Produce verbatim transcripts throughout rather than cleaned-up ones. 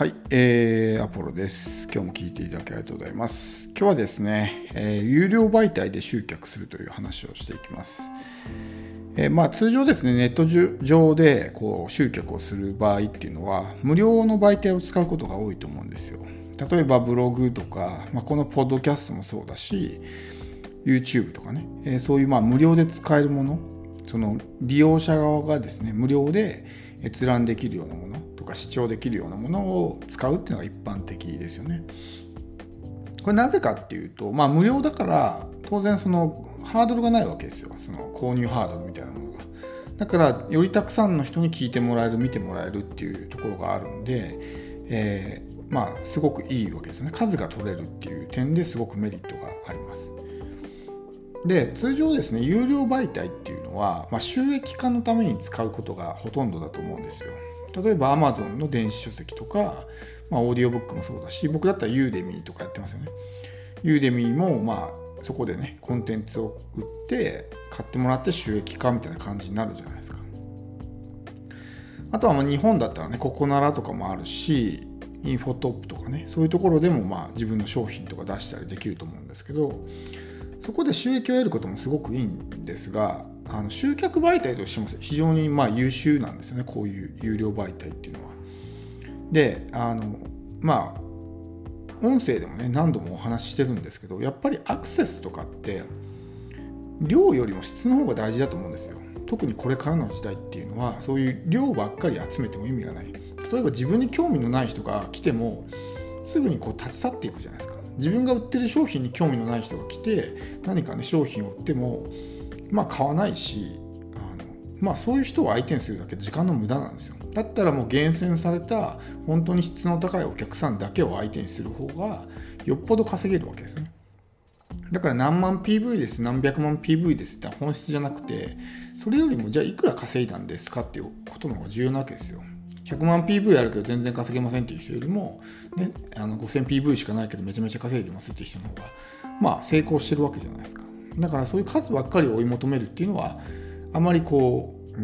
はい、えー、アポロです。今日も聞いていただきありがとうございます。今日はですね、えー、有料媒体で集客するという話をしていきます。えーまあ、通常ですね、ネット上でこう集客をする場合っていうのは、無料の媒体を使うことが多いと思うんですよ。例えばブログとか、まあ、このポッドキャストもそうだし、YouTube とかね、えー、そういうまあ無料で使えるもの、その利用者側がですね、無料で閲覧できるようなものとか視聴できるようなものを使うっていうのが一般的ですよね。これなぜかっていうと、まあ無料だから当然そのハードルがないわけですよ。その購入ハードルみたいなものが。だからよりたくさんの人に聞いてもらえる、見てもらえるっていうところがあるんで、えー、まあすごくいいわけですね。数が取れるっていう点ですごくメリットがあります。で、通常ですね、有料媒体っていうのは、まあ、収益化のために使うことがほとんどだと思うんですよ。例えば Amazon の電子書籍とか、まあ、オーディオブックもそうだし、僕だったら Udemy とかやってますよね。Udemy もまあそこでね、コンテンツを売って買ってもらって収益化みたいな感じになるじゃないですか。あとはまあ日本だったらね、ココナラとかもあるし、インフォトップとかね、そういうところでもまあ自分の商品とか出したりできると思うんですけど、そこで収益を得ることもすごくいいんですが、あの集客媒体としても非常にまあ優秀なんですよね、こういう有料媒体っていうのは。で、あのまあ音声でもね何度もお話ししてるんですけど、やっぱりアクセスとかって量よりも質の方が大事だと思うんですよ。特にこれからの時代っていうのは、そういう量ばっかり集めても意味がない。例えば自分に興味のない人が来てもすぐにこう立ち去っていくじゃないですか。自分が売ってる商品に興味のない人が来て何かね商品を売ってもまあ買わないし、あのまあそういう人を相手にするだけで時間の無駄なんですよ。だったらもう厳選された本当に質の高いお客さんだけを相手にする方がよっぽど稼げるわけですね。だから何万 ピーブイ です何百万 ピーブイ ですって本質じゃなくて、それよりもじゃあいくら稼いだんですかっていうことの方が重要なわけですよ。ひゃくまん ピーブイ あるけど全然稼げませんっていう人よりも、ね、あの ごせんピーブイ しかないけどめちゃめちゃ稼いでますっていう人の方がまあ成功してるわけじゃないですか。だからそういう数ばっかり追い求めるっていうのはあまりこう、うん、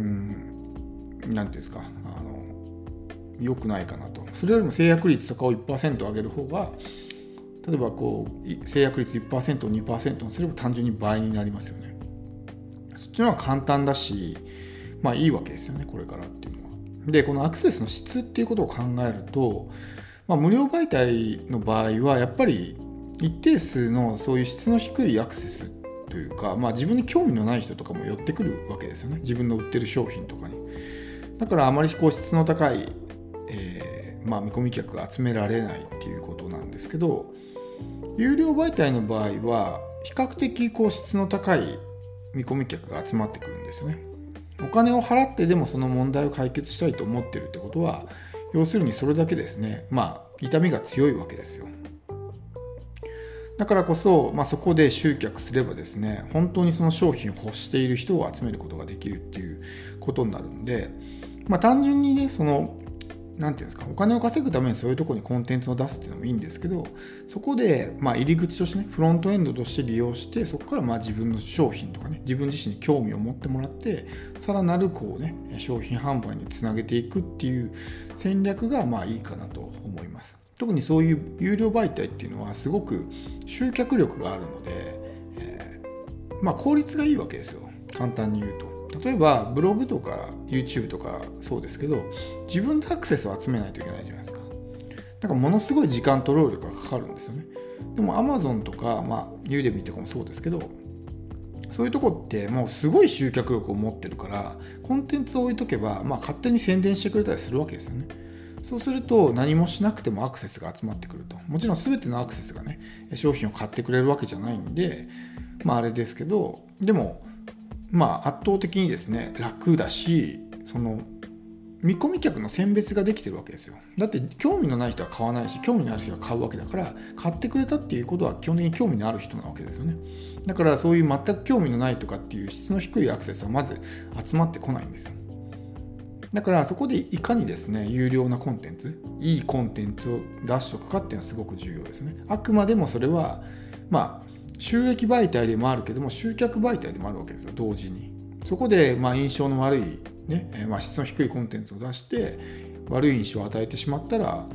なんていうんですか、あの良くないかなと。それよりも制約率とかを いちパーセント 上げる方が、例えばこう制約率 いちパーセント を にパーセント にすれば単純に倍になりますよね。そっちの方が簡単だし、まあいいわけですよね、これからっていうのは。で、このアクセスの質っていうことを考えると、まあ、無料媒体の場合はやっぱり一定数のそういう質の低いアクセスというか、まあ、自分に興味のない人とかも寄ってくるわけですよね、自分の売ってる商品とかに。だからあまりこう質の高い、えーまあ、見込み客が集められないっていうことなんですけど、有料媒体の場合は比較的こう質の高い見込み客が集まってくるんですよね。お金を払ってでもその問題を解決したいと思ってるってことは、要するにそれだけですね、まあ痛みが強いわけですよ。だからこそ、まあ、そこで集客すればですね、本当にその商品を欲している人を集めることができるっていうことになるんで、まあ単純にね、そのなんていうんですか、お金を稼ぐためにそういうところにコンテンツを出すっていうのもいいんですけど、そこでまあ入り口としてね、フロントエンドとして利用して、そこからまあ自分の商品とかね、自分自身に興味を持ってもらって、さらなるこうね、商品販売につなげていくっていう戦略がまあいいかなと思います。特にそういう有料媒体っていうのはすごく集客力があるので、えー、まあ効率がいいわけですよ、簡単に言うと。例えばブログとか YouTube とかそうですけど、自分でアクセスを集めないといけないじゃないですか。だからものすごい時間と労力がかかるんですよね。でも Amazon とか、まあ、Udemy とかもそうですけど、そういうとこってもうすごい集客力を持ってるから、コンテンツを置いとけば、まあ、勝手に宣伝してくれたりするわけですよね。そうすると何もしなくてもアクセスが集まってくると。もちろん全てのアクセスがね、商品を買ってくれるわけじゃないんで、まああれですけど、でもまあ圧倒的にですね楽だし、その見込み客の選別ができてるわけですよ。だって興味のない人は買わないし、興味のある人は買うわけだから、買ってくれたっていうことは基本的に興味のある人なわけですよね。だからそういう全く興味のないとかっていう質の低いアクセスはまず集まってこないんですよ。だからそこでいかにですね有料なコンテンツ、いいコンテンツを出しておくかっていうのはすごく重要ですね。あくまでもそれはまあ収益媒体でもあるけども集客媒体でもあるわけですよ、同時に。そこでまあ印象の悪いね、まあ、質の低いコンテンツを出して悪い印象を与えてしまったら、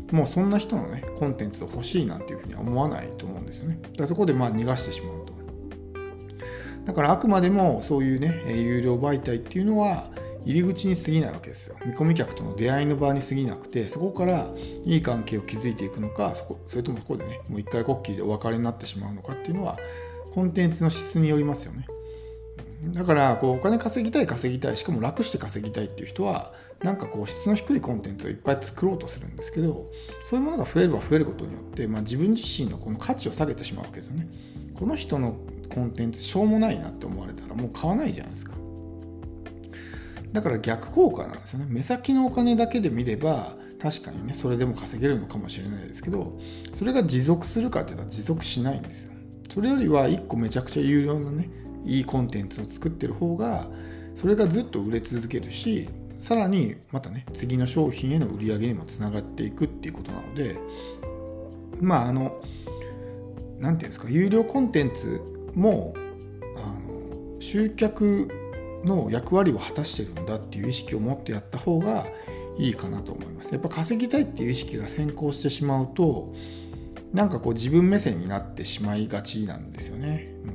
もうそんな人のねコンテンツを欲しいなんていうふうには思わないと思うんですよね。だからそこでまあ逃がしてしまうと。だからあくまでもそういうね有料媒体っていうのは入り口に過ぎないわけですよ。見込み客との出会いの場に過ぎなくて、そこからいい関係を築いていくのか、そこそれともそこでねもう一回こっきりでお別れになってしまうのかっていうのはコンテンツの質によりますよね。だからこうお金稼ぎたい稼ぎたい、しかも楽して稼ぎたいっていう人はなんかこう質の低いコンテンツをいっぱい作ろうとするんですけど、そういうものが増えれば増えることによって、まあ、自分自身のこの価値を下げてしまうわけですよね。この人のコンテンツしょうもないなって思われたらもう買わないじゃないですか。だから逆効果なんですよね。目先のお金だけで見れば確かにねそれでも稼げるのかもしれないですけど、それが持続するかって言ったら持続しないんですよ。それよりはいっこめちゃくちゃ有料なねいいコンテンツを作ってる方がそれがずっと売れ続けるし、さらにまたね次の商品への売り上げにもつながっていくっていうことなので、まああのなんていうんですか、有料コンテンツもあの集客の役割を果たしてるんだっていう意識を持ってやった方がいいかなと思います。やっぱ稼ぎたいっていう意識が先行してしまうとなんかこう自分目線になってしまいがちなんですよね。うん、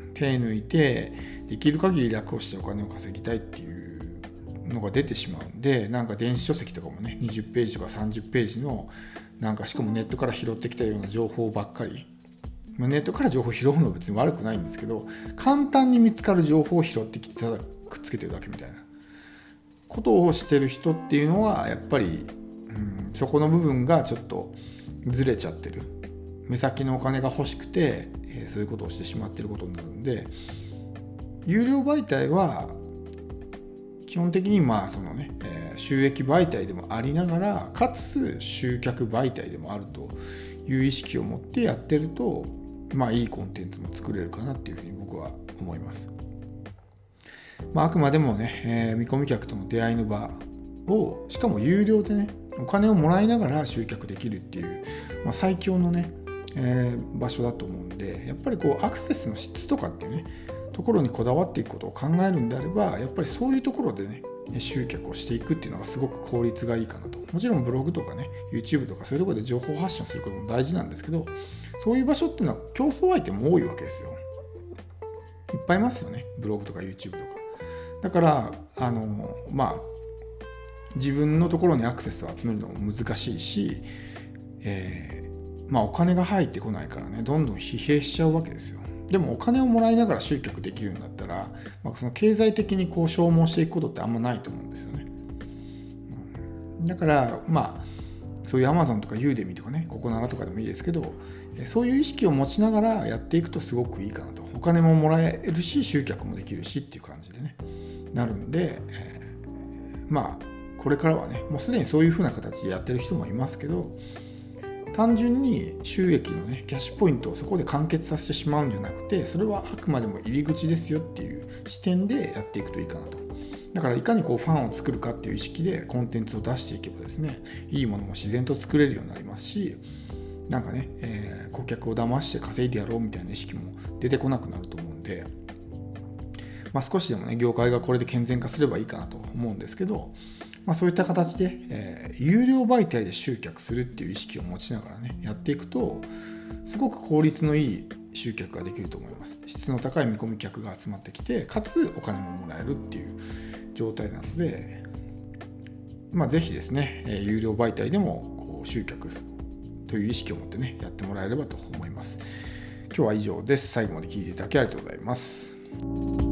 手抜いてできる限り楽をしてお金を稼ぎたいっていうのが出てしまうんで、なんか電子書籍とかもねにじゅっページとかさんじゅっページのなんかしかもネットから拾ってきたような情報ばっかり、まあ、ネットから情報を拾うのは別に悪くないんですけど、簡単に見つかる情報を拾ってきてただくっつけてるだけみたいなことをしてる人っていうのはやっぱり、うん、そこの部分がちょっとずれちゃってる。目先のお金が欲しくて、えー、そういうことをしてしまっていることになるんで、有料媒体は基本的にまあそのね、えー、収益媒体でもありながらかつ集客媒体でもあるという意識を持ってやってると、まあいいコンテンツも作れるかなっていうふうに僕は思います。まあ、あくまでもね、えー、見込み客との出会いの場をしかも有料でねお金をもらいながら集客できるっていう、まあ、最強のね、えー、場所だと思うんで、やっぱりこうアクセスの質とかっていうねところにこだわっていくことを考えるんであれば、やっぱりそういうところでね集客をしていくっていうのがすごく効率がいいかなと。もちろんブログとかね YouTube とかそういうところで情報発信することも大事なんですけど、そういう場所っていうのは競争相手も多いわけですよ。いっぱいいますよね、ブログとか YouTube とか。だからあのまあ自分のところにアクセスを集めるのも難しいし、えー、まあお金が入ってこないからねどんどん疲弊しちゃうわけですよ。でもお金をもらいながら集客できるんだったら、まあ、その経済的にこう消耗していくことってあんまないと思うんですよね。うん、だからまあそういう Amazon とか Udemy とかねココナラとかでもいいですけど、そういう意識を持ちながらやっていくとすごくいいかなと。お金ももらえるし集客もできるしっていう感じでねなるんで、えー、まあこれからはねもうすでにそういう風な形でやってる人もいますけど、単純に収益のねキャッシュポイントをそこで完結させてしまうんじゃなくて、それはあくまでも入り口ですよっていう視点でやっていくといいかなと。だからいかにこうファンを作るかっていう意識でコンテンツを出していけばですね、いいものも自然と作れるようになりますし、なんかね、えー、顧客を騙して稼いでやろうみたいな意識も出てこなくなると思うんで、まあ、少しでもね業界がこれで健全化すればいいかなと思うんですけど、まあ、そういった形で、えー、有料媒体で集客するっていう意識を持ちながらねやっていくとすごく効率のいい集客ができると思います。質の高い見込み客が集まってきて、かつお金ももらえるっていう状態なので、まあ、ぜひですね、えー、有料媒体でもこう集客という意識を持ってねやってもらえればと思います。今日は以上です。最後まで聞いていただきありがとうございます。